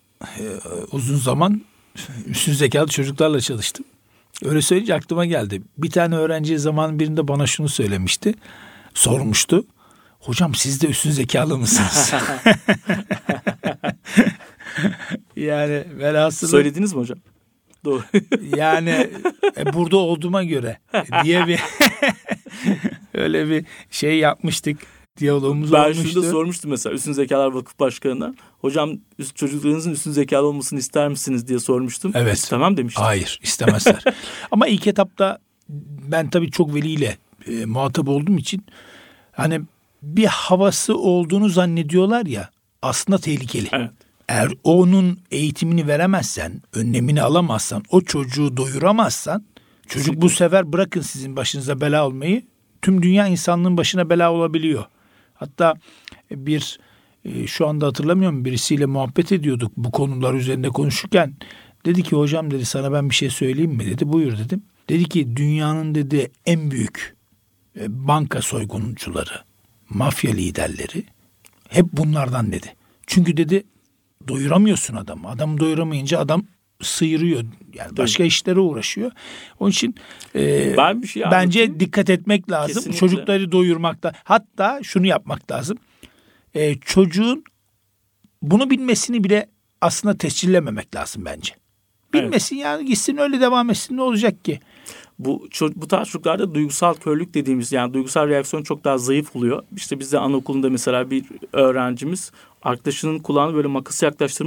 uzun zaman üstün zekalı çocuklarla çalıştım. Öyle söyleyince aklıma geldi. Bir tane öğrenci zaman birinde bana şunu söylemişti. Sormuştu. Hocam siz de üstün zekalı mısınız? Yani velhasılı. Söylediniz mi hocam? Doğru. Yani burada olduğuma göre diye bir öyle bir şey yapmıştık. Diyalogumuz olmuştu. Ben şunu da sormuştum mesela Üstün Zekalar Vakıf Başkanı'na. Hocam çocuklarınızın üstün zekalı olmasını ister misiniz diye sormuştum. Evet. İstemem demiştim. Hayır, istemezler. Ama ilk etapta ben tabii çok veliyle muhatap olduğum için hani bir havası olduğunu zannediyorlar ya, aslında tehlikeli. Evet. Eğer onun eğitimini veremezsen, önlemini alamazsan, o çocuğu doyuramazsan, çocuk Kesinlikle. bu sefer bırakın sizin başınıza bela olmayı, tüm dünya insanlığın başına bela olabiliyor. Hatta şu anda hatırlamıyorum, birisiyle muhabbet ediyorduk bu konular üzerinde konuşurken. Dedi ki hocam dedi, sana ben bir şey söyleyeyim mi dedi. Buyur dedim. Dedi ki dünyanın dedi en büyük banka soyguncuları, mafya liderleri hep bunlardan dedi. Çünkü dedi doyuramıyorsun adamı. Adamı doyuramayınca adam sıyırıyor. Yani başka işlere uğraşıyor. Onun için ben bir şey bence dikkat etmek lazım. Kesinlikle. Çocukları doyurmakta. Hatta şunu yapmak lazım. Çocuğun bunu bilmesini bile aslında tescillememek lazım bence. Bilmesin yani, gitsin öyle devam etsin, ne olacak ki? Bu tarz çocuklarda duygusal körlük dediğimiz, yani duygusal reaksiyon çok daha zayıf oluyor. İşte bizde anaokulunda mesela bir öğrencimiz arkadaşının kulağına böyle makası yaklaştırmış,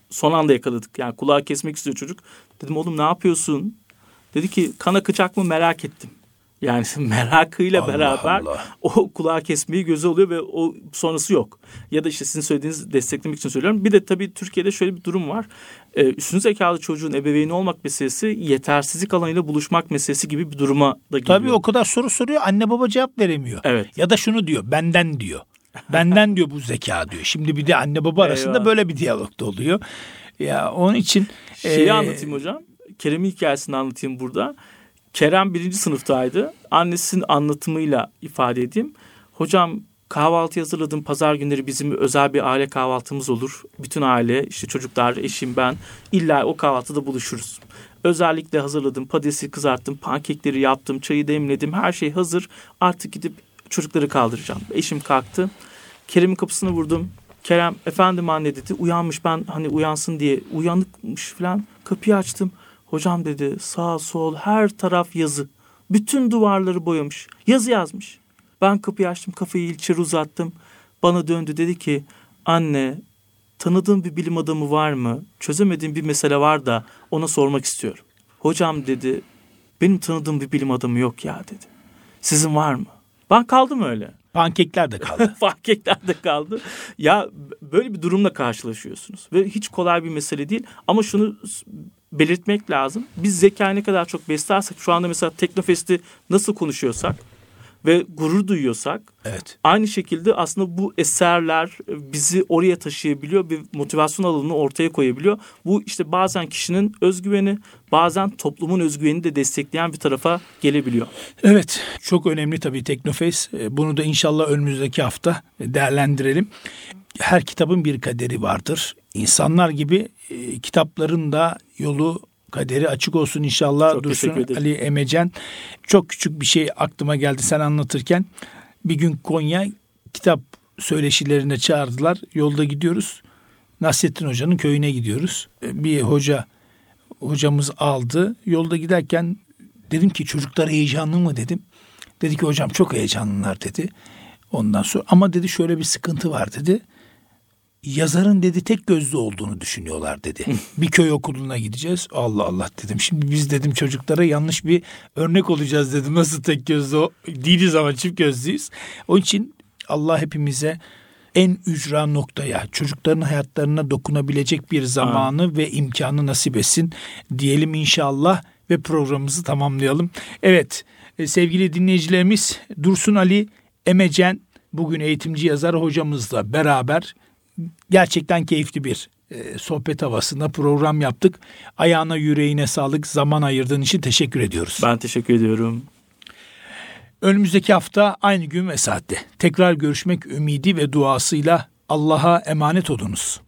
son anda yakaladık. Yani kulağı kesmek istiyor çocuk. Dedim oğlum ne yapıyorsun? Dedi ki kan akacak mı merak ettim. Yani merakıyla Allah beraber Allah. o kulağı kesmeyi göze alıyor ve o sonrası yok. Ya da işte sizin söylediğinizi desteklemek için söylüyorum. Bir de tabii Türkiye'de şöyle bir durum var. Üstün zekalı çocuğun ebeveyni olmak meselesi yetersizlik alanıyla buluşmak meselesi gibi bir duruma da geliyor. Tabii o kadar soru soruyor, anne baba cevap veremiyor. Evet. Ya da şunu diyor, benden diyor. Benden diyor bu zeka diyor. Şimdi bir de anne baba arasında Eyvah. böyle bir diyalog da oluyor. Ya onun için Şeyi anlatayım hocam. Kerem'in hikayesini anlatayım burada. Kerem 1. sınıftaydı. Annesinin anlatımıyla ifade edeyim. Hocam kahvaltı hazırladım. Pazar günleri bizim özel bir aile kahvaltımız olur. Bütün aile, işte çocuklar, eşim, ben illa o kahvaltıda buluşuruz. Özellikle hazırladım. Patatesi kızarttım. Pankekleri yaptım. Çayı demledim. Her şey hazır. Artık gidip çocukları kaldıracağım. Eşim kalktı. Kerem'in kapısına vurdum. Kerem efendim anne dedi. Uyanmış, ben hani uyansın diye uyanıkmış falan. Kapıyı açtım. Hocam dedi sağ sol her taraf yazı. Bütün duvarları boyamış. Yazı yazmış. Ben kapıyı açtım, kafayı içeri uzattım. Bana döndü, dedi ki anne tanıdığın bir bilim adamı var mı? Çözemediğim bir mesele var da ona sormak istiyorum. Hocam dedi benim tanıdığım bir bilim adamı yok ya dedi. Sizin var mı? Ben kaldım öyle. pankekler de kaldı. Pankekler de kaldı. Ya böyle bir durumla karşılaşıyorsunuz. Ve hiç kolay bir mesele değil. Ama şunu belirtmek lazım. Biz zekayı ne kadar çok beslersek, şu anda mesela Teknofest'i nasıl konuşuyorsak ve gurur duyuyorsak, Evet. aynı şekilde aslında bu eserler bizi oraya taşıyabiliyor, bir motivasyon alanını ortaya koyabiliyor. Bu işte bazen kişinin özgüveni, bazen toplumun özgüvenini de destekleyen bir tarafa gelebiliyor. Evet, çok önemli tabii Teknofest. Bunu da inşallah önümüzdeki hafta değerlendirelim. Her kitabın bir kaderi vardır. İnsanlar gibi kitapların da yolu, kaderi açık olsun inşallah. Çok Dursun teşekkür ederim. Ali Emecen. Çok küçük bir şey aklıma geldi sen anlatırken. Bir gün Konya kitap söyleşilerine çağırdılar. Yolda gidiyoruz. Nasrettin Hoca'nın köyüne gidiyoruz. Bir hocamız aldı. Yolda giderken dedim ki çocuklar heyecanlı mı dedim. Dedi ki hocam çok heyecanlılar dedi. Ondan sonra ama dedi şöyle bir sıkıntı var dedi. Yazarın dedi tek gözlü olduğunu düşünüyorlar dedi. Bir köy okuluna gideceğiz. Allah Allah dedim. Şimdi biz dedim çocuklara yanlış bir örnek olacağız dedim. Nasıl tek gözlü değiliz ama çift gözlüyüz. Onun için Allah hepimize en ücra noktaya, çocukların hayatlarına dokunabilecek bir zamanı ve imkanı nasip etsin diyelim inşallah ve programımızı tamamlayalım. Evet sevgili dinleyicilerimiz, Dursun Ali Emecen bugün eğitimci yazar hocamızla beraber gerçekten keyifli bir sohbet havasında program yaptık. Ayağına yüreğine sağlık, zaman ayırdığın için teşekkür ediyoruz. Ben teşekkür ediyorum. Önümüzdeki hafta aynı gün ve saatte tekrar görüşmek ümidi ve duasıyla Allah'a emanet olunuz.